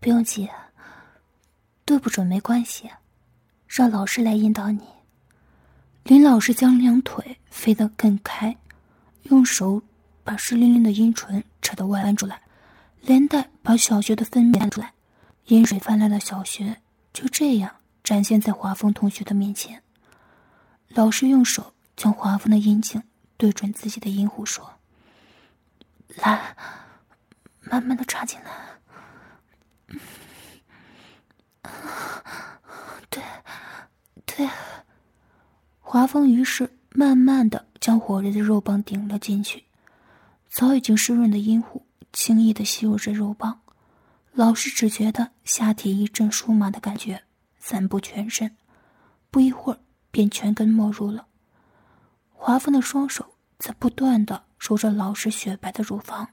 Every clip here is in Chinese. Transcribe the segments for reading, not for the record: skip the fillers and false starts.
不用急，对不准没关系，让老师来引导你。林老师将两腿飞得更开，用手把湿淋淋的阴唇扯得外翻出来，连带把小穴的分泌翻出来，阴水泛滥的小穴就这样展现在华峰同学的面前。老师用手将华峰的阴茎对准自己的阴户说：“来，慢慢的插进来。对。”华峰于是慢慢的将火热的肉棒顶了进去，早已经湿润的阴户轻易的吸入着肉棒。老师只觉得下体一阵酥麻的感觉散布全身，不一会儿便全根没入了。华峰的双手在不断的揉着老师雪白的乳房。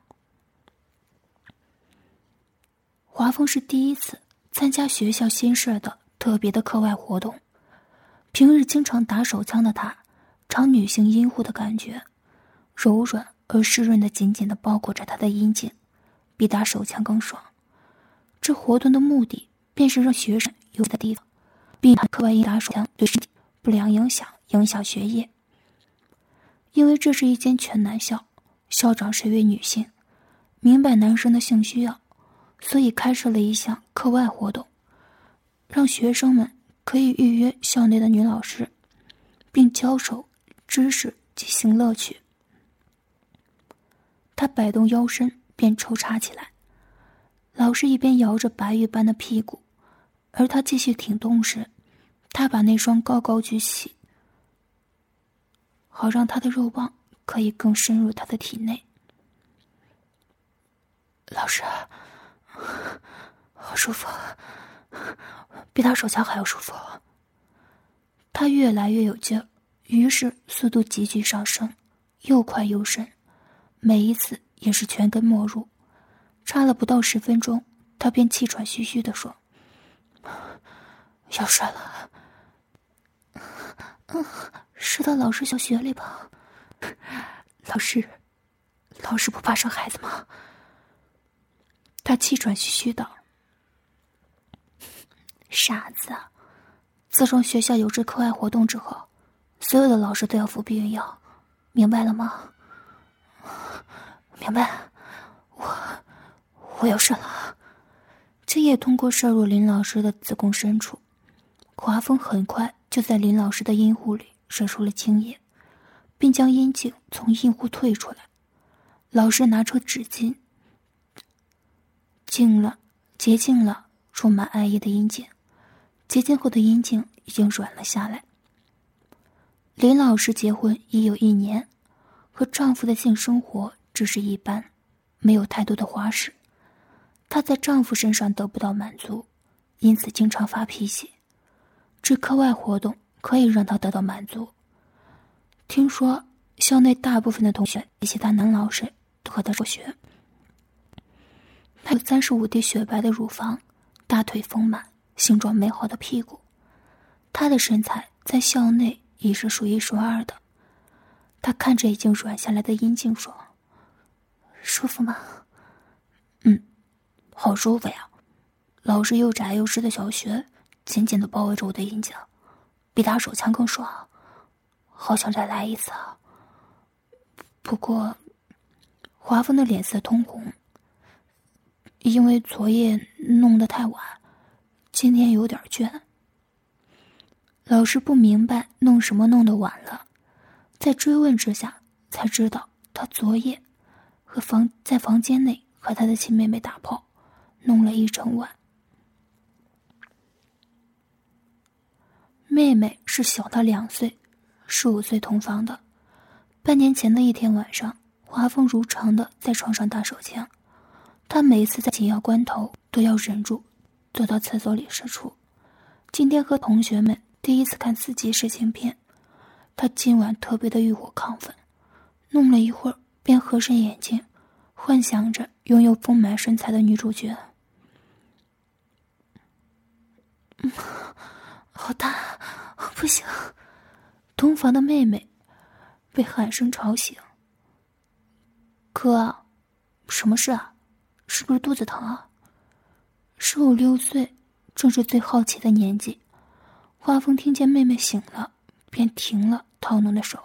华峰是第一次参加学校新设的特别的课外活动，平日经常打手枪的他，尝女性阴户的感觉，柔软而湿润的紧紧地包裹着他的阴茎，比打手枪更爽。这活动的目的便是让学生有的地方，避免课外因打手枪对身体不良影响学业。因为这是一间全男校，校长是一位女性，明白男生的性需要，所以开设了一项课外活动，让学生们可以预约校内的女老师，并教授知识及性乐趣。他摆动腰身便抽插起来，老师一边摇着白玉般的屁股，而他继续挺动时，他把那双高高举起，好让他的肉棒可以更深入他的体内。老师，好舒服，比打手枪还要舒服。他越来越有劲儿，于是速度急剧上升，又快又深，每一次也是全根没入。插了不到10分钟，他便气喘吁吁地说：“要射了。”射到老师小穴里吧。老师不怕生孩子吗？他气喘吁吁道：“傻子，自从学校有这课外活动之后，所有的老师都要服避孕药，明白了吗？”明白，我要射了。精液通过射入林老师的子宫深处，华峰很快就在林老师的阴户里射出了精液，并将阴茎从阴户退出来。老师拿出纸巾洁净了充满爱意的阴茎，洁净后的阴茎已经软了下来。林老师结婚已有1年，和丈夫的性生活只是一般，没有太多的花式。她在丈夫身上得不到满足，因此经常发脾气。这课外活动可以让她得到满足。听说校内大部分的同学及其他男老师都和她说学。她有35滴雪白的乳房，大腿丰满，形状美好的屁股。她的身材在校内已是数1数2的。她看着已经软下来的阴茎说：“舒服吗？”“好舒服呀。”老师又窄又湿的小穴紧紧地包围着我的阴茎，比打手枪更爽，好想再来一次啊。不过华峰的脸色通红，因为昨夜弄得太晚，今天有点倦。老师不明白弄什么弄得晚了，在追问之下才知道他昨夜在房间内和他的亲妹妹打炮，弄了一整晚。妹妹是小他2岁，15岁同房的。半年前的一天晚上，华峰如常的在床上打手枪，他每次在紧要关头都要忍住躲到厕所里射出。今天和同学们第一次看4级色情片，他今晚特别的欲火亢奋，弄了一会儿便合上眼睛，幻想着拥有丰满身材的女主角。好大，不行！同房的妹妹被喊声吵醒。哥，什么事啊？是不是肚子疼啊？ 15、16岁正是最好奇的年纪。华峰听见妹妹醒了，便停了套弄的手。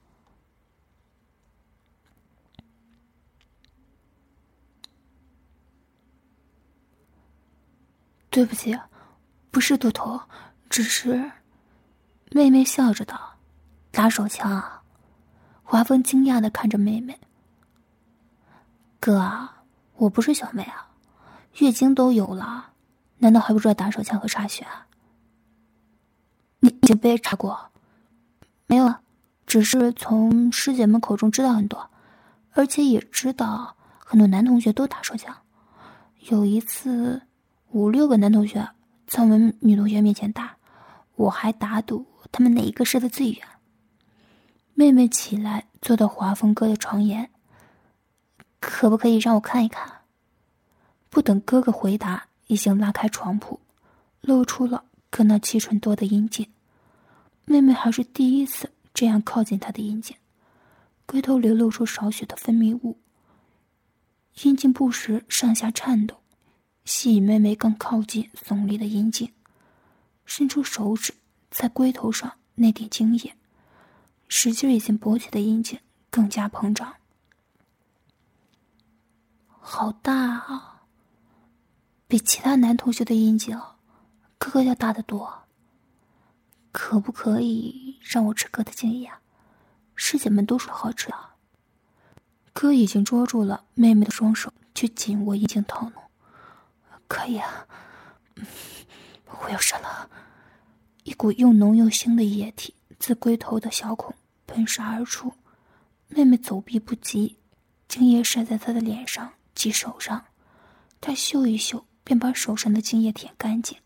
对不起，不是多头，只是……妹妹笑着道：“打手枪啊？”华峰惊讶地看着妹妹。哥啊，我不是小妹啊，月经都有了，难道还不知道打手枪和插血啊？你已经被插过？没有啊，只是从师姐们口中知道很多，而且也知道很多男同学都打手枪。有一次5、6个男同学在我们女同学面前打，我还打赌他们哪一个射得最远。妹妹起来坐到华峰哥的床沿，可不可以让我看一看？不等哥哥回答，已经拉开床铺，露出了哥那7寸多的阴茎。妹妹还是第一次这样靠近他的阴茎，龟头流露出少许的分泌物，阴茎不时上下颤抖，吸引妹妹更靠近耸立的阴茎，伸出手指在龟头上那点精液，使劲已经勃起的阴茎更加膨胀。好大啊，比其他男同学的阴茎哥哥要大得多。可不可以让我吃哥的精液啊？师姐们都说好吃啊。哥已经捉住了妹妹的双手，去紧握阴茎套弄。可以啊，我要射了。一股又浓又腥的液体自龟头的小孔喷洒而出，妹妹走避不及，精液射在她的脸上及手上，她嗅一嗅便把手上的精液舔干净。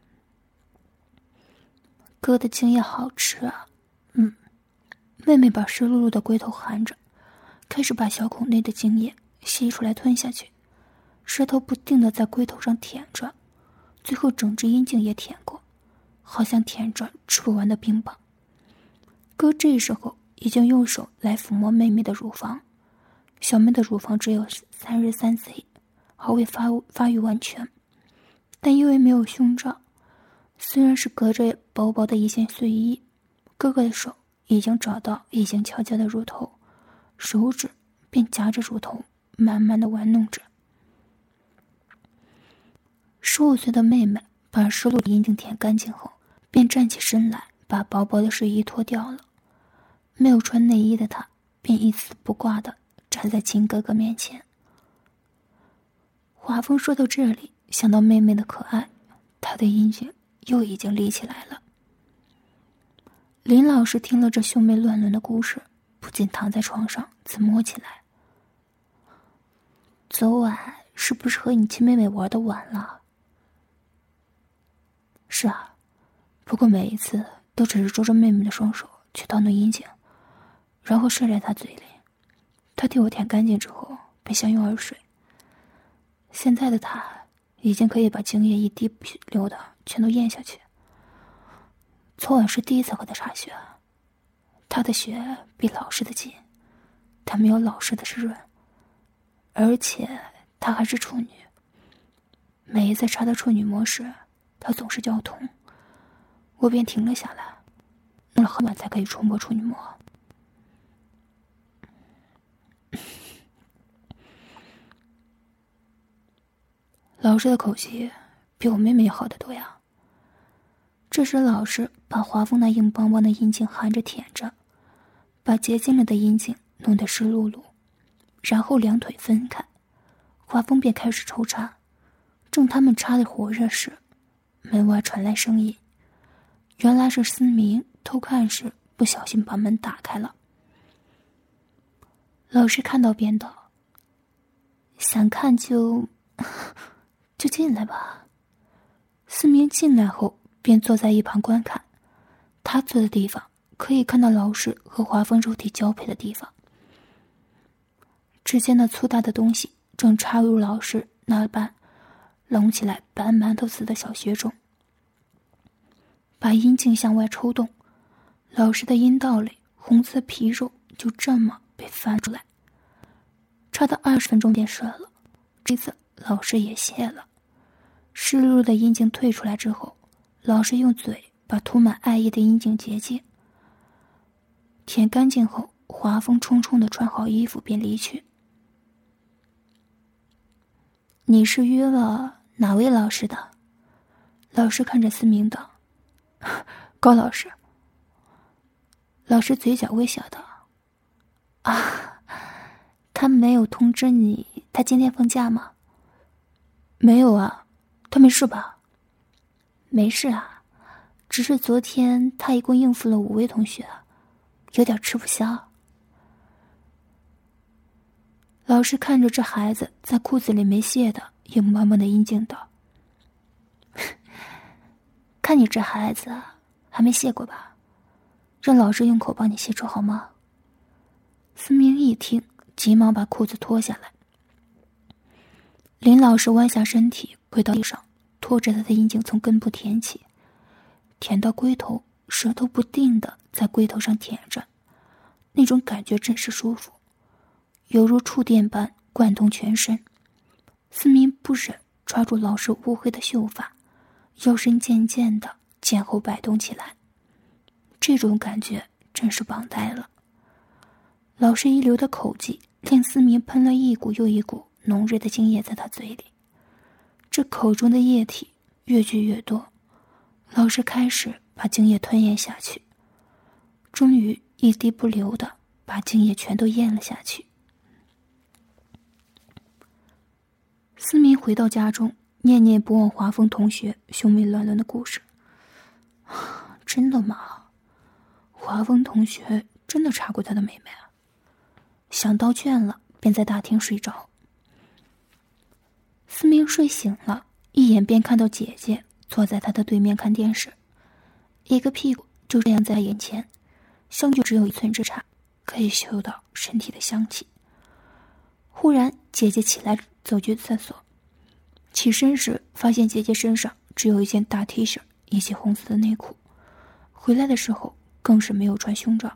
哥的精液好吃啊。妹妹把湿漉漉的龟头含着，开始把小孔内的精液吸出来吞下去，舌头不定地在龟头上舔着，最后整只阴茎也舔过，好像舔着吃不完的冰棒。哥这时候已经用手来抚摸妹妹的乳房，小妹的乳房只有3日3岁，还未发育完全，但因为没有胸罩，虽然是隔着薄薄的一件睡衣，哥哥的手已经找到已经翘起的乳头，手指便夹着乳头慢慢地玩弄着。15岁的妹妹把湿漉的阴茎舔干净后，便站起身来，把薄薄的睡衣脱掉了。没有穿内衣的她便一丝不挂地站在亲哥哥面前。华峰说到这里，想到妹妹的可爱，他的阴茎又已经立起来了。林老师听了这兄妹乱伦的故事，不禁躺在床上自摸起来。昨晚是不是和你亲妹妹玩得晚了？是啊，不过每一次都只是捉着妹妹的双手去套弄阴茎，然后射在她嘴里，她替我舔干净之后便相拥而睡。现在的她已经可以把精液一滴不流的全都咽下去。昨晚是第一次和她插血，她的血比老师的紧，她没有老师的湿润，而且她还是处女。每一次插到处女膜时，她总是叫痛，我便停了下来，弄了很晚才可以触摸处女膜。老师的口气比我妹妹好得多呀。这时老师把华峰那硬邦邦的阴茎含着舔着，把结晶了的阴茎弄得湿漉漉，然后两腿分开，华峰便开始抽插。正他们插得火热时，门外传来声音，原来是思明偷看时不小心把门打开了。老师看到便道：“想看就进来吧。”思明进来后便坐在一旁观看，他坐的地方可以看到老师和华峰肉体交配的地方。只见那粗大的东西正插入老师那般隆起来白馒头似的小穴中，把阴茎向外抽动，老师的阴道里红色皮肉就这么被翻出来。插到20分钟便射了，这次老师也谢了。 湿漉漉的阴茎退出来之后，老师用嘴把涂满爱意的阴茎洁净，舔干净后，华风匆匆地穿好衣服便离去。你是约了哪位老师的？老师看着思明道。高老师。老师嘴角微笑道。啊，他没有通知你他今天放假吗？没有啊，他没事吧？没事啊，只是昨天他一共应付了5位同学，有点吃不消。老师看着这孩子在裤子里没卸的硬邦邦的阴茎道。看你这孩子还没卸过吧，让老师用口帮你卸除好吗？思明一听，急忙把裤子脱下来。林老师弯下身体跪到地上，拖着他的阴茎从根部舔起，舔到龟头，舌头不定地在龟头上舔着，那种感觉真是舒服，犹如触电般贯通全身。思明不忍抓住老师乌黑的秀发，腰身渐渐地前后摆动起来，这种感觉真是棒呆了。老师遗留的口技令思明喷了一股又一股浓热的精液在他嘴里，这口中的液体越聚越多，老师开始把精液吞咽下去，终于一滴不留的把精液全都咽了下去。思明回到家中，念念不忘华峰同学兄妹乱伦的故事。真的吗？华峰同学真的查过他的妹妹啊？想到倦了，便在大厅睡着。思明睡醒了，一眼便看到姐姐坐在他的对面看电视，一个屁股就这样在他眼前，相距只有1寸之差，可以嗅到身体的香气。忽然姐姐起来走去厕所，起身时发现姐姐身上只有一件大 T 恤以及红色的内裤，回来的时候更是没有穿胸罩。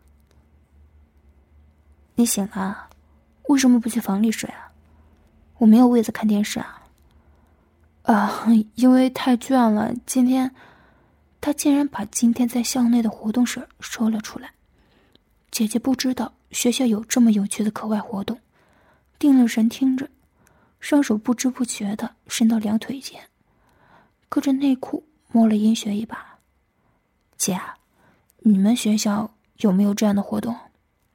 你醒了？为什么不去房里睡啊？我没有位子看电视啊。因为太倦了，今天他竟然把今天在校内的活动事说了出来。姐姐不知道学校有这么有趣的课外活动，定了神听着，双手不知不觉地伸到2腿间，隔着内裤摸了阴穴一把。姐，你们学校有没有这样的活动？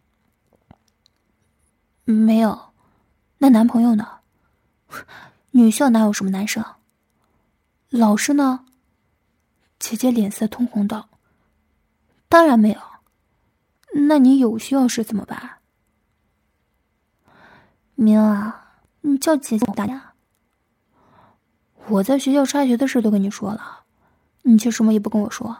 没有。那男朋友呢？女校哪有什么男生？老师呢？姐姐脸色通红道。当然没有。那你有需要时怎么办？明啊，你叫姐姐大呀。我在学校插学的事都跟你说了，你却什么也不跟我说。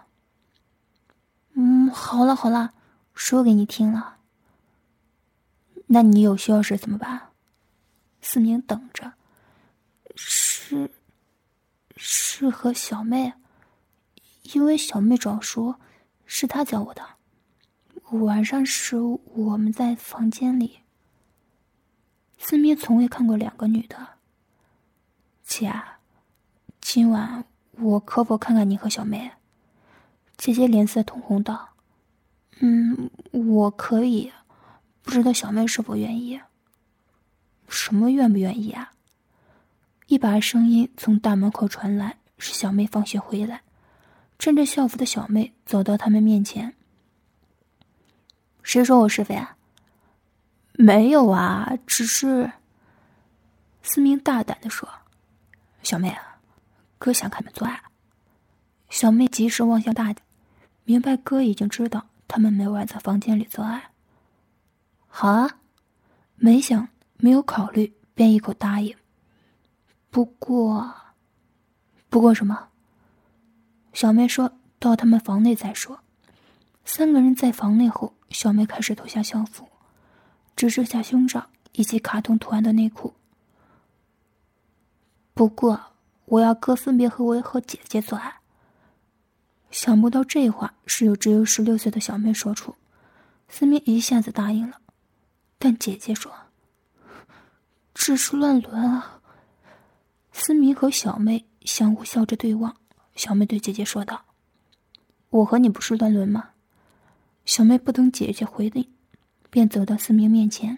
好了好了，说给你听了。那你有需要时怎么办？思明等着。是和小妹，因为小妹找说是她教我的。晚上时我们在房间里。思明从未看过2个女的。姐，今晚我可否看看你和小妹？姐姐脸色通红道。我可以，不知道小妹是否愿意。什么愿不愿意啊？一把声音从大门口传来，是小妹放学回来，穿着校服的小妹走到他们面前。谁说我是非啊？没有啊，只是……思明大胆地说。小妹啊，哥想看你们做爱。小妹及时望向大姐，明白哥已经知道他们每晚在房间里做爱。好啊，没有考虑，便一口答应。不过什么？小妹说到他们房内再说。3个人在房内后，小妹开始脱下校服，只剩下胸罩以及卡通图案的内裤。不过我要哥分别和我和姐姐做爱。想不到这话是由只有16岁的小妹说出，思明一下子答应了。但姐姐说这是乱伦啊。思明和小妹相互笑着对望。小妹对姐姐说道：“我和你不是乱伦吗？”小妹不等姐姐回应，便走到思明面前：“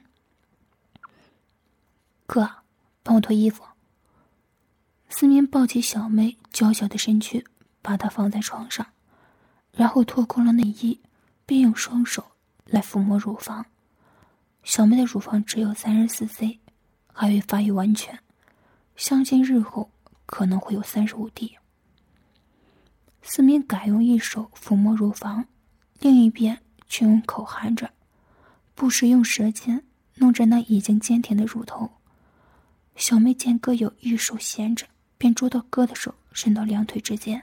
哥，帮我脱衣服。”思明抱起小妹娇小的身躯，把她放在床上，然后脱光了内衣，并用双手来抚摸乳房。小妹的乳房只有34C， 还未发育完全，相信日后可能会有35D。思明改用一手抚摸乳房，另一边却用口含着，不时用舌尖弄着那已经坚挺的乳头。小妹见哥有一手闲着，便捉到哥的手伸到两腿之间。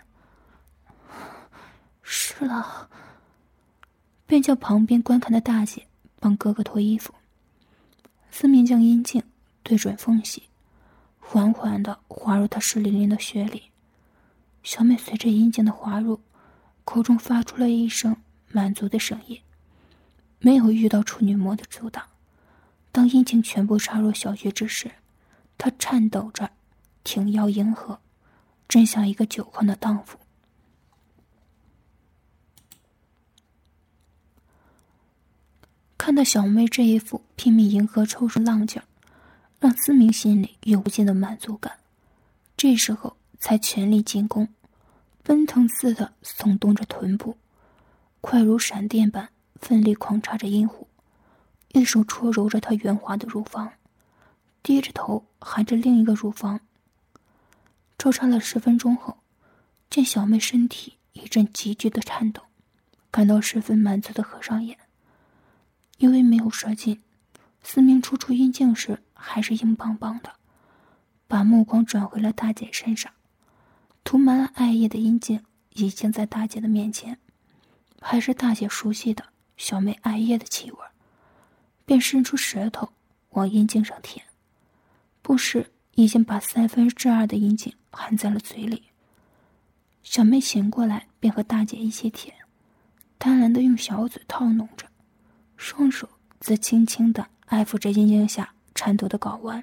湿了，便叫旁边观看的大姐帮哥哥脱衣服。思明将阴茎对准缝隙，缓缓地滑入他湿淋淋的血里。小妹随着阴茎的滑入，口中发出了一声满足的声音，没有遇到处女膜的阻挡。当阴茎全部插入小穴之时，她颤抖着挺腰迎合，真像一个久困的荡妇。看到小妹这一副拼命迎合抽出浪劲儿，让思明心里有无尽的满足感。这时候才全力进攻，奔腾似的耸动着臀部，快如闪电般奋力狂插着阴户，一手搓揉着她圆滑的乳房，低着头含着另一个乳房。抽插了10分钟后，见小妹身体一阵急剧的颤抖，感到十分满足的合上眼。因为没有射精，思明初出阴茎时还是硬邦邦的，把目光转回了大姐身上。涂满了艾叶的阴茎已经在大姐的面前，还是大姐熟悉的小妹艾叶的气味，便伸出舌头往阴茎上舔，不时已经把2/3的阴茎含在了嘴里。小妹醒过来便和大姐一起舔，贪婪地用小嘴套弄着，双手则轻轻地爱抚着阴茎下颤抖的睾丸。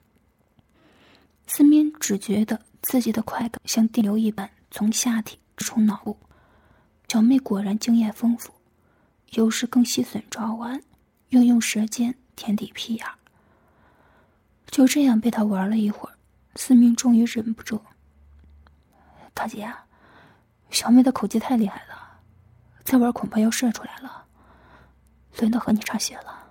思明只觉得自己的快感像电流一般从下体冲脑部。小妹果然经验丰富，有时更细吮睾丸，又用舌尖舔底屁眼。就这样被他玩了一会儿，思明终于忍不住：“大姐，小妹的口技太厉害了，再玩恐怕要射出来了，轮到和你插血了。”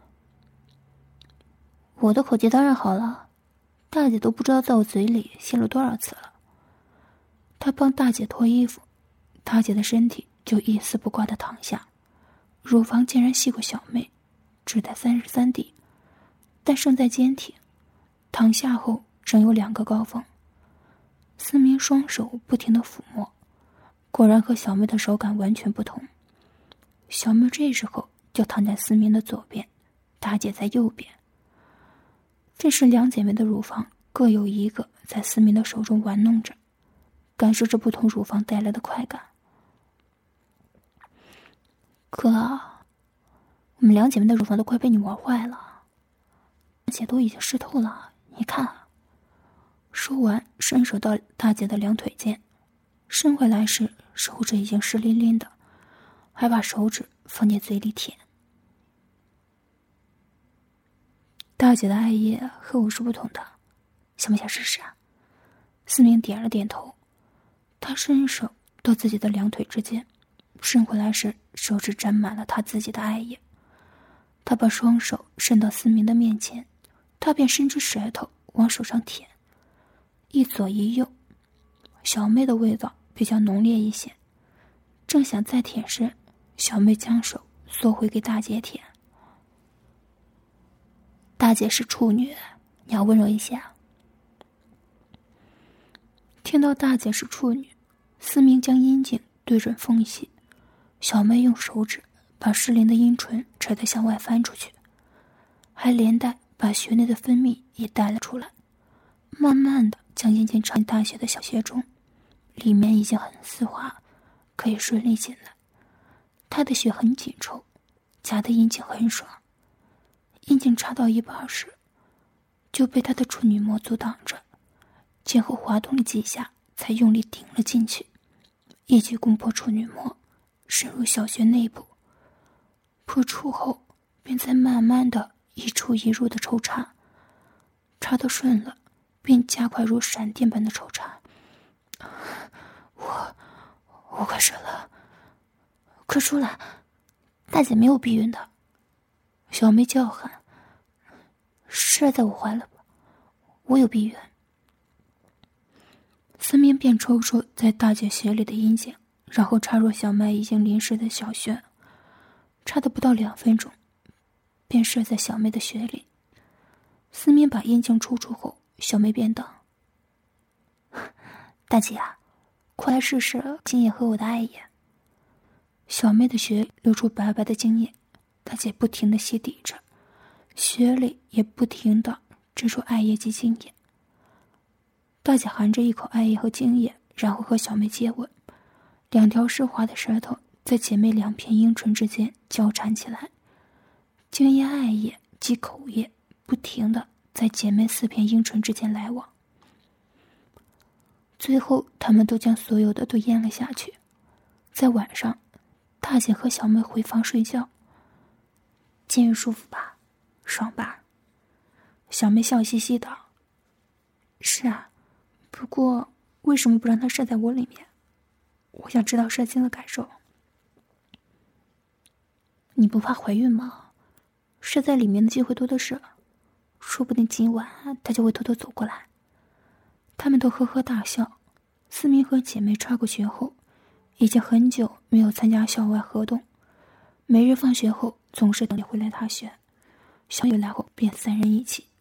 我的口技当然好了，大姐都不知道在我嘴里吸了多少次了。他帮大姐脱衣服，大姐的身体就一丝不挂地躺下，乳房竟然细过小妹，只带33D，但胜在坚挺。躺下后仍有2个高峰。思明双手不停地抚摸，果然和小妹的手感完全不同。小妹这时候就躺在思明的左边，大姐在右边。这时两姐妹的乳房各有一个在思明的手中玩弄着，感受着不同乳房带来的快感。哥，我们两姐妹的乳房都快被你玩坏了，姐都已经湿透了，你看。说完伸手到大姐的两腿间，伸回来时手指已经湿淋淋的，还把手指放进嘴里舔。大姐的艾叶和我是不同的，想不想试试啊？思明点了点头，他伸手到自己的两腿之间，伸回来时手指沾满了他自己的艾叶。他把双手伸到思明的面前，他便伸出舌头往手上舔，一左一右。小妹的味道比较浓烈一些，正想再舔时，小妹将手缩回给大姐舔。大姐是处女，你要温柔一些啊。听到大姐是处女，思明将阴茎对准缝隙，小妹用手指把湿淋的阴唇扯得向外翻出去，还连带把穴内的分泌也带了出来，慢慢的将阴茎插进大姐的小穴中，里面已经很丝滑，可以顺利进来。她的血很紧凑，夹的阴茎很爽。阴茎插到一半时，就被她的处女膜阻挡着，前后滑动了几下， 才用力顶了进去，一举攻破处女膜，深入小穴内部。破处后，便在慢慢的一出一入的抽插，插得顺了，便加快如闪电般的抽插。我快射了，快出来！大姐没有避孕的。小梅叫喊：“射在我怀了吧，我有避孕。”思明便抽出在大姐穴里的阴茎，然后插入小麦已经淋湿的小穴，插得不到2分钟，便射在小梅的穴里。思明把阴茎抽出后，小梅便道：“大姐啊，快来试试精液和我的爱液。”小妹的穴流出白白的精液，大姐不停地吸抵着，穴里也不停地支出爱液及精液。大姐含着一口爱液和精液，然后和小妹接吻，2条湿滑的舌头在姐妹2片阴唇之间交缠起来，精液、爱液及口液不停地在姐妹4片阴唇之间来往。最后，他们都将所有的都咽了下去。在晚上，大姐和小妹回房睡觉。今日舒服吧，爽吧？小妹笑嘻嘻道：“是啊，不过为什么不让它射在我里面？我想知道射精的感受。”你不怕怀孕吗？射在里面的机会多的是，说不定今晚他就会偷偷走过来。他们都呵呵大笑。思明和姐妹插过学后，已经很久没有参加校外活动，每日放学后总是等你回来踏雪。小雨来后便3人一起